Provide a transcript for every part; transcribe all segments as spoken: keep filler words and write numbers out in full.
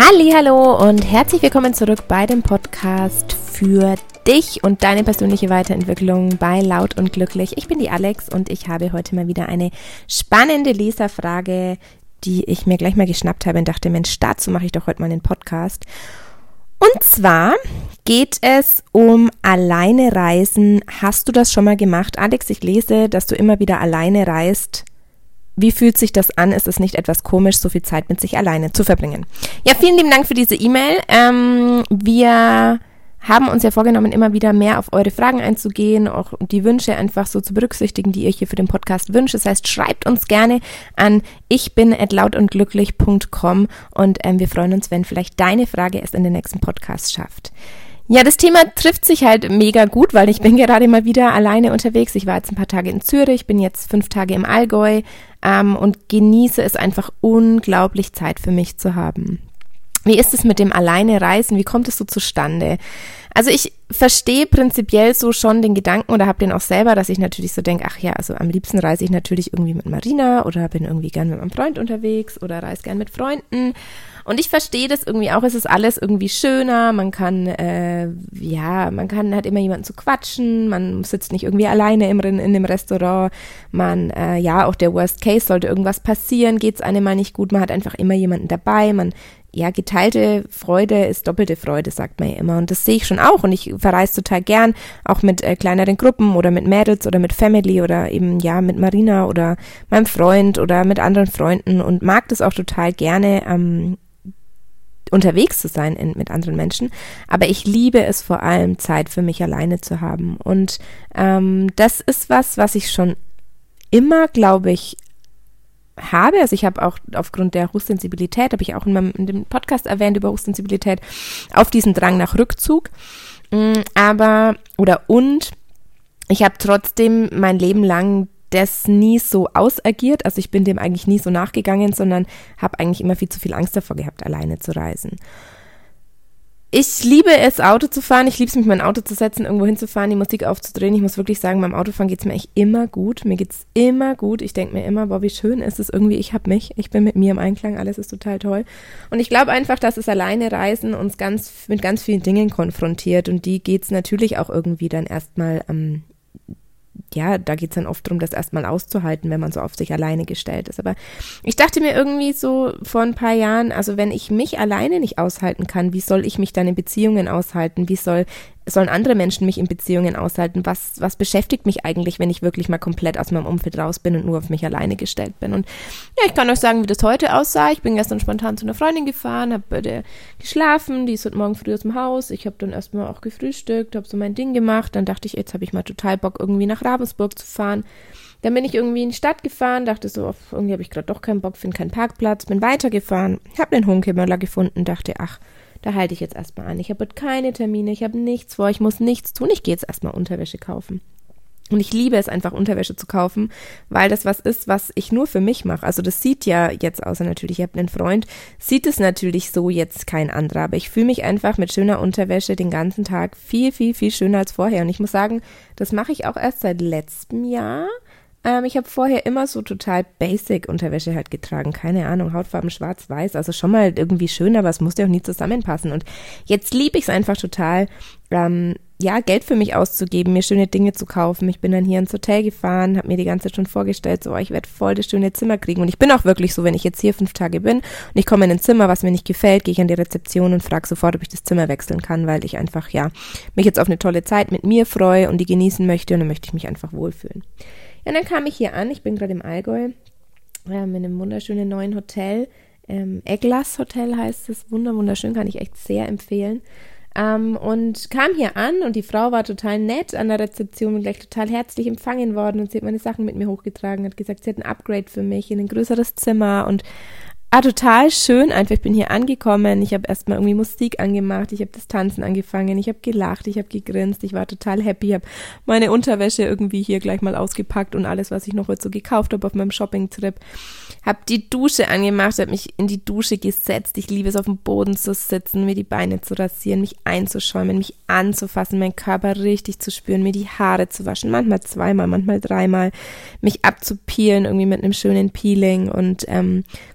Hallihallo und herzlich willkommen zurück bei dem Podcast für dich und deine persönliche Weiterentwicklung bei Laut und Glücklich. Ich bin die Alex und ich habe heute mal wieder eine spannende Leserfrage, die ich mir gleich mal geschnappt habe und dachte, Mensch, dazu mache ich doch heute mal einen Podcast. Und zwar geht es um alleine reisen. Hast du das schon mal gemacht? Alex, ich lese, dass du immer wieder alleine reist. Wie fühlt sich das an? Ist es nicht etwas komisch, so viel Zeit mit sich alleine zu verbringen? Ja, vielen lieben Dank für diese E-Mail. Ähm, wir haben uns ja vorgenommen, immer wieder mehr auf eure Fragen einzugehen, auch die Wünsche einfach so zu berücksichtigen, die ihr hier für den Podcast wünscht. Das heißt, schreibt uns gerne an ich bin at lautundglücklich punkt com und ähm, wir freuen uns, wenn vielleicht deine Frage es in den nächsten Podcast schafft. Ja, das Thema trifft sich halt mega gut, weil ich bin gerade mal wieder alleine unterwegs. Ich war jetzt ein paar Tage in Zürich, bin jetzt fünf Tage im Allgäu ähm, und genieße es einfach unglaublich, Zeit für mich zu haben. Wie ist es mit dem alleine Reisen? Wie kommt es so zustande? Also ich verstehe prinzipiell so schon den Gedanken oder habe den auch selber, dass ich natürlich so denke, ach ja, also am liebsten reise ich natürlich irgendwie mit Marina oder bin irgendwie gern mit meinem Freund unterwegs oder reise gern mit Freunden. Und ich verstehe das irgendwie auch, es ist alles irgendwie schöner, man kann, äh, ja, man kann, hat immer jemanden zu quatschen, man sitzt nicht irgendwie alleine im, in dem Restaurant, man, äh, ja, auch der Worst Case, sollte irgendwas passieren, geht's einem mal nicht gut, man hat einfach immer jemanden dabei, man, ja, geteilte Freude ist doppelte Freude, sagt man ja immer. Und das sehe ich schon auch. Und ich verreise total gern, auch mit äh, kleineren Gruppen oder mit Mädels oder mit Family oder eben, ja, mit Marina oder meinem Freund oder mit anderen Freunden und mag das auch total gerne, ähm, unterwegs zu sein in, mit anderen Menschen. Aber ich liebe es vor allem, Zeit für mich alleine zu haben. Und ähm, das ist was, was ich schon immer, glaube ich, habe, also ich habe auch aufgrund der Hochsensibilität, habe ich auch in meinem in dem Podcast erwähnt über Hochsensibilität, auf diesen Drang nach Rückzug, aber, oder und, ich habe trotzdem mein Leben lang das nie so ausagiert, also ich bin dem eigentlich nie so nachgegangen, sondern habe eigentlich immer viel zu viel Angst davor gehabt, alleine zu reisen. Ich liebe es, Auto zu fahren. Ich liebe es, mich in mein Auto zu setzen, irgendwo hinzufahren, die Musik aufzudrehen. Ich muss wirklich sagen, beim Autofahren geht's mir echt immer gut. Mir geht's immer gut. Ich denke mir immer, boah, wie schön ist es irgendwie. Ich habe mich. Ich bin mit mir im Einklang. Alles ist total toll. Und ich glaube einfach, dass das alleine Reisen uns ganz mit ganz vielen Dingen konfrontiert. Und die geht's natürlich auch irgendwie dann erstmal ähm, ja, da geht's dann oft darum, das erstmal auszuhalten, wenn man so auf sich alleine gestellt ist. Aber ich dachte mir irgendwie so vor ein paar Jahren, also wenn ich mich alleine nicht aushalten kann, wie soll ich mich dann in Beziehungen aushalten? Wie soll sollen andere Menschen mich in Beziehungen aushalten? Was, was beschäftigt mich eigentlich, wenn ich wirklich mal komplett aus meinem Umfeld raus bin und nur auf mich alleine gestellt bin? Und ja, ich kann euch sagen, wie das heute aussah. Ich bin gestern spontan zu einer Freundin gefahren, habe bei der geschlafen, die ist heute Morgen früh aus dem Haus. Ich habe dann erstmal auch gefrühstückt, habe so mein Ding gemacht. Dann dachte ich, jetzt habe ich mal total Bock, irgendwie nach Ravensburg zu fahren. Dann bin ich irgendwie in die Stadt gefahren, dachte so, oh, irgendwie habe ich gerade doch keinen Bock, finde keinen Parkplatz, bin weitergefahren, habe einen Hunkemöller gefunden, dachte, ach, da halte ich jetzt erstmal an. Ich habe keine Termine, ich habe nichts vor, ich muss nichts tun. Ich gehe jetzt erstmal Unterwäsche kaufen. Und ich liebe es einfach, Unterwäsche zu kaufen, weil das was ist, was ich nur für mich mache. Also das sieht ja jetzt, außer natürlich, ich habe einen Freund, sieht es natürlich so jetzt kein anderer. Aber ich fühle mich einfach mit schöner Unterwäsche den ganzen Tag viel, viel, viel schöner als vorher. Und ich muss sagen, das mache ich auch erst seit letztem Jahr. Ähm, ich habe vorher immer so total basic Unterwäsche halt getragen, keine Ahnung, Hautfarben schwarz-weiß, also schon mal irgendwie schön, aber es musste auch nie zusammenpassen und jetzt liebe ich es einfach total, ähm, ja, Geld für mich auszugeben, mir schöne Dinge zu kaufen. Ich bin dann hier ins Hotel gefahren, habe mir die ganze Zeit schon vorgestellt, so, oh, ich werde voll das schöne Zimmer kriegen und ich bin auch wirklich so, wenn ich jetzt hier fünf Tage bin und ich komme in ein Zimmer, was mir nicht gefällt, gehe ich an die Rezeption und frage sofort, ob ich das Zimmer wechseln kann, weil ich einfach, ja, mich jetzt auf eine tolle Zeit mit mir freue und die genießen möchte und dann möchte ich mich einfach wohlfühlen. Ja, und dann kam ich hier an, ich bin gerade im Allgäu, ähm, in einem wunderschönen neuen Hotel, ähm, Eglas Hotel heißt es, wunder, wunderschön, kann ich echt sehr empfehlen. Ähm, und kam hier an und die Frau war total nett an der Rezeption und gleich total herzlich empfangen worden und sie hat meine Sachen mit mir hochgetragen, hat gesagt, sie hat ein Upgrade für mich in ein größeres Zimmer und Ah, total schön, einfach, ich bin hier angekommen, ich habe erstmal irgendwie Musik angemacht, ich habe das Tanzen angefangen, ich habe gelacht, ich habe gegrinst, ich war total happy, ich habe meine Unterwäsche irgendwie hier gleich mal ausgepackt und alles, was ich noch heute so gekauft habe auf meinem Shopping-Trip, habe die Dusche angemacht, habe mich in die Dusche gesetzt, ich liebe es, auf dem Boden zu sitzen, mir die Beine zu rasieren, mich einzuschäumen, mich anzufassen, meinen Körper richtig zu spüren, mir die Haare zu waschen, manchmal zweimal, manchmal dreimal, mich abzupeelen, irgendwie mit einem schönen Peeling und ähm, gut zu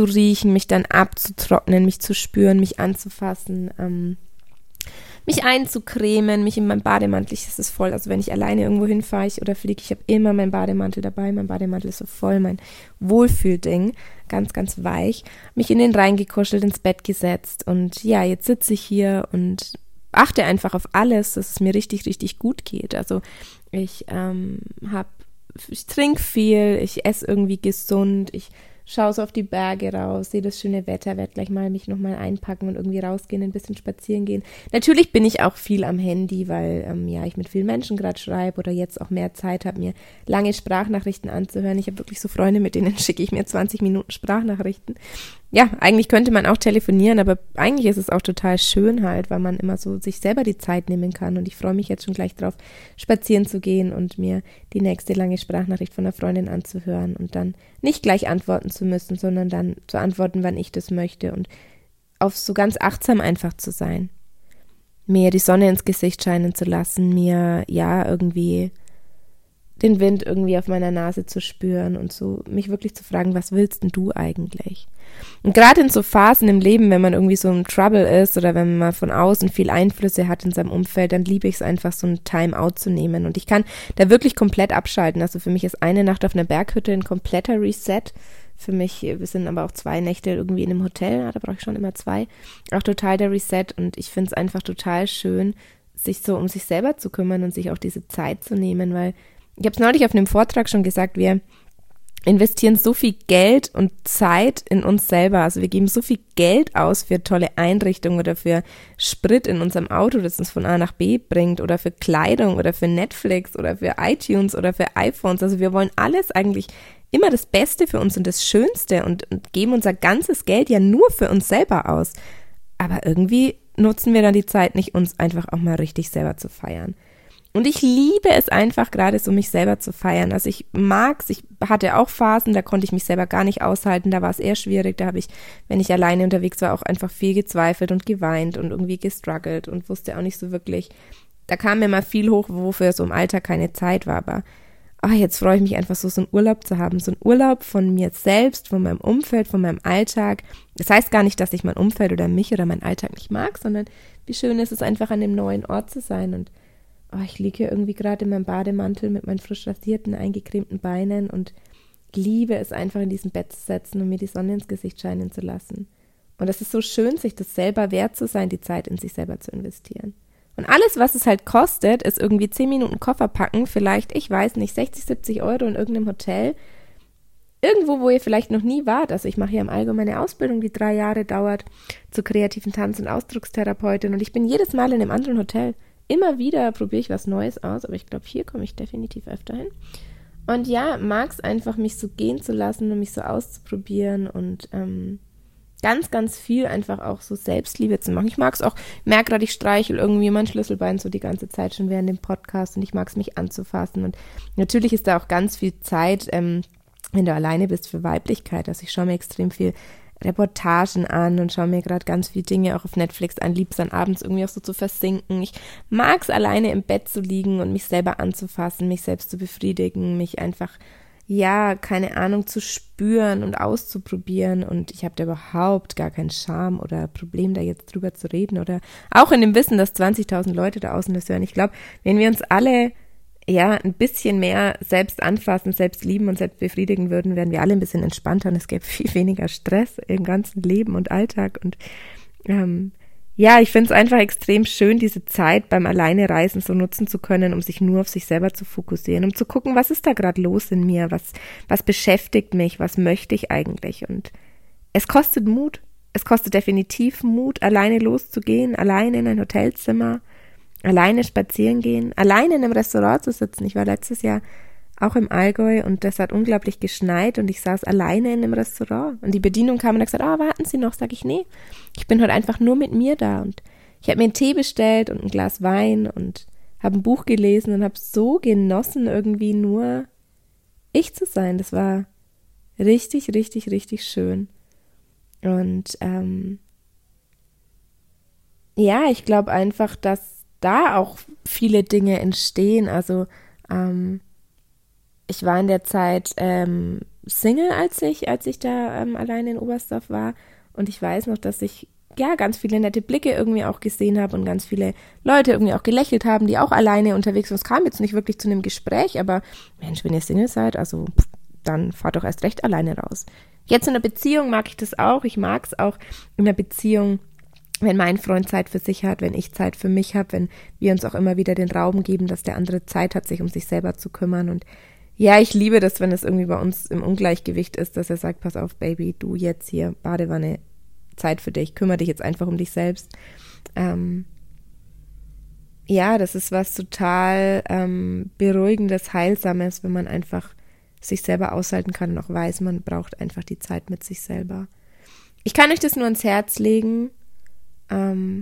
riechen, mich dann abzutrocknen, mich zu spüren, mich anzufassen, ähm, mich einzucremen, mich in meinem Bademantel, ich, das ist voll, also wenn ich alleine irgendwo hinfahre ich oder fliege, ich habe immer meinen Bademantel dabei, mein Bademantel ist so voll, mein Wohlfühlding, ganz, ganz weich, mich in den Rhein gekuschelt, ins Bett gesetzt und ja, jetzt sitze ich hier und achte einfach auf alles, dass es mir richtig, richtig gut geht, also ich ähm, habe, ich trinke viel, ich esse irgendwie gesund, ich schaue so auf die Berge raus, sehe das schöne Wetter, werde gleich mal mich nochmal einpacken und irgendwie rausgehen, ein bisschen spazieren gehen. Natürlich bin ich auch viel am Handy, weil ähm, ja ich mit vielen Menschen gerade schreibe oder jetzt auch mehr Zeit habe, mir lange Sprachnachrichten anzuhören. Ich habe wirklich so Freunde, mit denen schicke ich mir zwanzig Minuten Sprachnachrichten. Ja, eigentlich könnte man auch telefonieren, aber eigentlich ist es auch total schön halt, weil man immer so sich selber die Zeit nehmen kann und ich freue mich jetzt schon gleich drauf, spazieren zu gehen und mir die nächste lange Sprachnachricht von einer Freundin anzuhören und dann nicht gleich antworten zu müssen, sondern dann zu antworten, wann ich das möchte und auf so ganz achtsam einfach zu sein. Mir die Sonne ins Gesicht scheinen zu lassen, mir ja irgendwie den Wind irgendwie auf meiner Nase zu spüren und so mich wirklich zu fragen, was willst denn du eigentlich? Und gerade in so Phasen im Leben, wenn man irgendwie so im Trouble ist oder wenn man von außen viel Einflüsse hat in seinem Umfeld, dann liebe ich es einfach, so ein Time-out zu nehmen. Und ich kann da wirklich komplett abschalten. Also für mich ist eine Nacht auf einer Berghütte ein kompletter Reset. Für mich, wir sind aber auch zwei Nächte irgendwie in einem Hotel, da brauche ich schon immer zwei, auch total der Reset. Und ich finde es einfach total schön, sich so um sich selber zu kümmern und sich auch diese Zeit zu nehmen, weil ich habe es neulich auf einem Vortrag schon gesagt, wir investieren so viel Geld und Zeit in uns selber. Also wir geben so viel Geld aus für tolle Einrichtungen oder für Sprit in unserem Auto, das uns von A nach B bringt oder für Kleidung oder für Netflix oder für iTunes oder für iPhones. Also wir wollen alles eigentlich immer das Beste für uns und das Schönste und, und geben unser ganzes Geld ja nur für uns selber aus. Aber irgendwie nutzen wir dann die Zeit nicht, uns einfach auch mal richtig selber zu feiern. Und ich liebe es einfach gerade so, mich selber zu feiern. Also ich mag's, ich hatte auch Phasen, da konnte ich mich selber gar nicht aushalten, da war es eher schwierig, da habe ich, wenn ich alleine unterwegs war, auch einfach viel gezweifelt und geweint und irgendwie gestruggelt und wusste auch nicht so wirklich, da kam mir mal viel hoch, wofür so im Alltag keine Zeit war, aber oh, jetzt freue ich mich einfach so, so einen Urlaub zu haben, so einen Urlaub von mir selbst, von meinem Umfeld, von meinem Alltag. Das heißt gar nicht, dass ich mein Umfeld oder mich oder meinen Alltag nicht mag, sondern wie schön ist es einfach, an einem neuen Ort zu sein und oh, ich liege hier irgendwie gerade in meinem Bademantel mit meinen frisch rasierten, eingecremten Beinen und liebe es einfach, in diesem Bett zu setzen und mir die Sonne ins Gesicht scheinen zu lassen. Und es ist so schön, sich das selber wert zu sein, die Zeit in sich selber zu investieren. Und alles, was es halt kostet, ist irgendwie zehn Minuten Koffer packen, vielleicht, ich weiß nicht, sechzig, siebzig Euro in irgendeinem Hotel, irgendwo, wo ihr vielleicht noch nie wart. Also ich mache hier im Allgäu meine Ausbildung, die drei Jahre dauert, zur kreativen Tanz- und Ausdruckstherapeutin und ich bin jedes Mal in einem anderen Hotel. Immer wieder probiere ich was Neues aus, aber ich glaube, hier komme ich definitiv öfter hin. Und ja, mag es einfach, mich so gehen zu lassen und mich so auszuprobieren und ähm, ganz, ganz viel einfach auch so Selbstliebe zu machen. Ich mag es auch, merke gerade, ich streichel irgendwie mein Schlüsselbein so die ganze Zeit schon während dem Podcast und ich mag es, mich anzufassen. Und natürlich ist da auch ganz viel Zeit, ähm, wenn du alleine bist, für Weiblichkeit. Also ich schaue mir extrem viel Reportagen an und schaue mir gerade ganz viele Dinge auch auf Netflix an, lieb's dann abends irgendwie auch so zu versinken. Ich mag es, alleine im Bett zu liegen und mich selber anzufassen, mich selbst zu befriedigen, mich einfach, ja, keine Ahnung, zu spüren und auszuprobieren und ich habe da überhaupt gar keinen Charme oder Problem, da jetzt drüber zu reden oder auch in dem Wissen, dass zwanzigtausend Leute da außen das hören. Ich glaube, wenn wir uns alle ja, ein bisschen mehr selbst anfassen, selbst lieben und selbst befriedigen würden, wären wir alle ein bisschen entspannter und es gäbe viel weniger Stress im ganzen Leben und Alltag und ähm, ja, ich finde es einfach extrem schön, diese Zeit beim Alleinereisen so nutzen zu können, um sich nur auf sich selber zu fokussieren, um zu gucken, was ist da gerade los in mir, was, was beschäftigt mich, was möchte ich eigentlich und es kostet Mut, es kostet definitiv Mut, alleine loszugehen, alleine in ein Hotelzimmer, alleine spazieren gehen, alleine in einem Restaurant zu sitzen. Ich war letztes Jahr auch im Allgäu und das hat unglaublich geschneit und ich saß alleine in einem Restaurant und die Bedienung kam und hat gesagt, ah, warten Sie noch, sag ich, nee, ich bin heute einfach nur mit mir da und ich habe mir einen Tee bestellt und ein Glas Wein und habe ein Buch gelesen und habe so genossen, irgendwie nur ich zu sein. Das war richtig, richtig, richtig schön und ähm, ja, ich glaube einfach, dass da auch viele Dinge entstehen. Also ähm, ich war in der Zeit ähm, Single, als ich, als ich da ähm, alleine in Oberstdorf war. Und ich weiß noch, dass ich ja ganz viele nette Blicke irgendwie auch gesehen habe und ganz viele Leute irgendwie auch gelächelt haben, die auch alleine unterwegs waren. Es kam jetzt nicht wirklich zu einem Gespräch, aber Mensch, wenn ihr Single seid, also dann fahrt doch erst recht alleine raus. Jetzt in einer Beziehung mag ich das auch. Ich mag es auch in einer Beziehung, wenn mein Freund Zeit für sich hat, wenn ich Zeit für mich habe, wenn wir uns auch immer wieder den Raum geben, dass der andere Zeit hat, sich um sich selber zu kümmern. Und ja, ich liebe das, wenn es irgendwie bei uns im Ungleichgewicht ist, dass er sagt, pass auf, Baby, du jetzt hier, Badewanne, Zeit für dich, kümmere dich jetzt einfach um dich selbst. Ähm, ja, das ist was total ähm, Beruhigendes, Heilsames, wenn man einfach sich selber aushalten kann und auch weiß, man braucht einfach die Zeit mit sich selber. Ich kann euch das nur ans Herz legen. Ähm,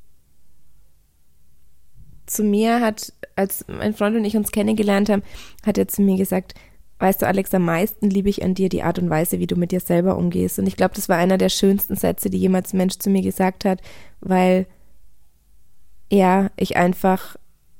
zu mir hat, als mein Freund und ich uns kennengelernt haben, hat er zu mir gesagt, weißt du, Alex, am meisten liebe ich an dir die Art und Weise, wie du mit dir selber umgehst. Und ich glaube, das war einer der schönsten Sätze, die jemals ein Mensch zu mir gesagt hat, weil, ja, ich einfach,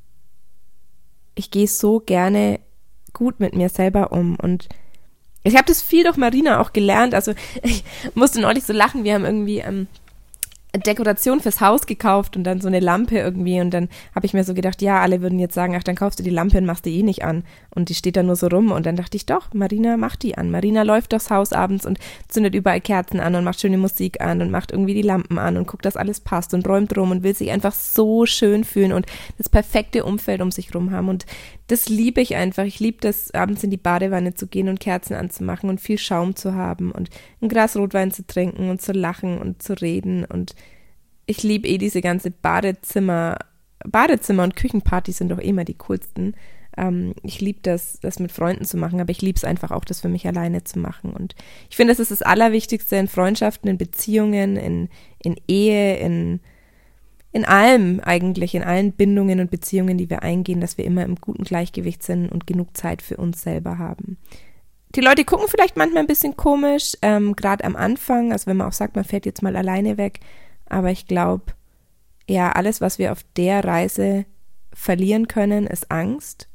ich gehe so gerne gut mit mir selber um. Und ich habe das viel durch Marina auch gelernt. Also ich musste neulich so lachen, wir haben irgendwie ähm, Dekoration fürs Haus gekauft und dann so eine Lampe irgendwie und dann habe ich mir so gedacht, ja, alle würden jetzt sagen, ach, dann kaufst du die Lampe und machst die eh nicht an und die steht da nur so rum und dann dachte ich, doch, Marina macht die an. Marina läuft durchs Haus abends und zündet überall Kerzen an und macht schöne Musik an und macht irgendwie die Lampen an und guckt, dass alles passt und räumt rum und will sich einfach so schön fühlen und das perfekte Umfeld um sich rum haben und das liebe ich einfach. Ich liebe das, abends in die Badewanne zu gehen und Kerzen anzumachen und viel Schaum zu haben und ein Glas Rotwein zu trinken und zu lachen und zu reden und ich liebe eh diese ganze Badezimmer, Badezimmer und Küchenpartys sind doch eh immer die coolsten. Ähm, ich liebe das, das mit Freunden zu machen, aber ich liebe es einfach auch, das für mich alleine zu machen. Und ich finde, das ist das Allerwichtigste in Freundschaften, in Beziehungen, in, in Ehe, in, in allem eigentlich, in allen Bindungen und Beziehungen, die wir eingehen, dass wir immer im guten Gleichgewicht sind und genug Zeit für uns selber haben. Die Leute gucken vielleicht manchmal ein bisschen komisch, ähm, gerade am Anfang, also wenn man auch sagt, man fährt jetzt mal alleine weg, aber ich glaube, ja, alles, was wir auf der Reise verlieren können, ist Angst.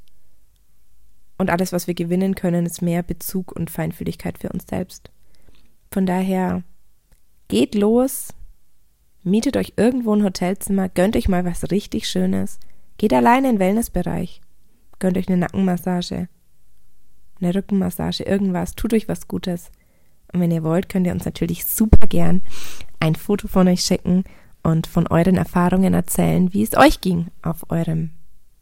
Und alles, was wir gewinnen können, ist mehr Bezug und Feinfühligkeit für uns selbst. Von daher, geht los, mietet euch irgendwo ein Hotelzimmer, gönnt euch mal was richtig Schönes, geht alleine in den Wellnessbereich, gönnt euch eine Nackenmassage, eine Rückenmassage, irgendwas, tut euch was Gutes. Und wenn ihr wollt, könnt ihr uns natürlich super gern ein Foto von euch schicken und von euren Erfahrungen erzählen, wie es euch ging auf eurem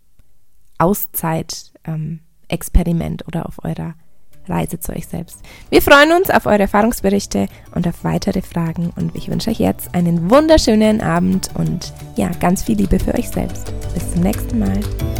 Auszeit-Experiment ähm, oder auf eurer Reise zu euch selbst. Wir freuen uns auf eure Erfahrungsberichte und auf weitere Fragen und ich wünsche euch jetzt einen wunderschönen Abend und ja, ganz viel Liebe für euch selbst. Bis zum nächsten Mal.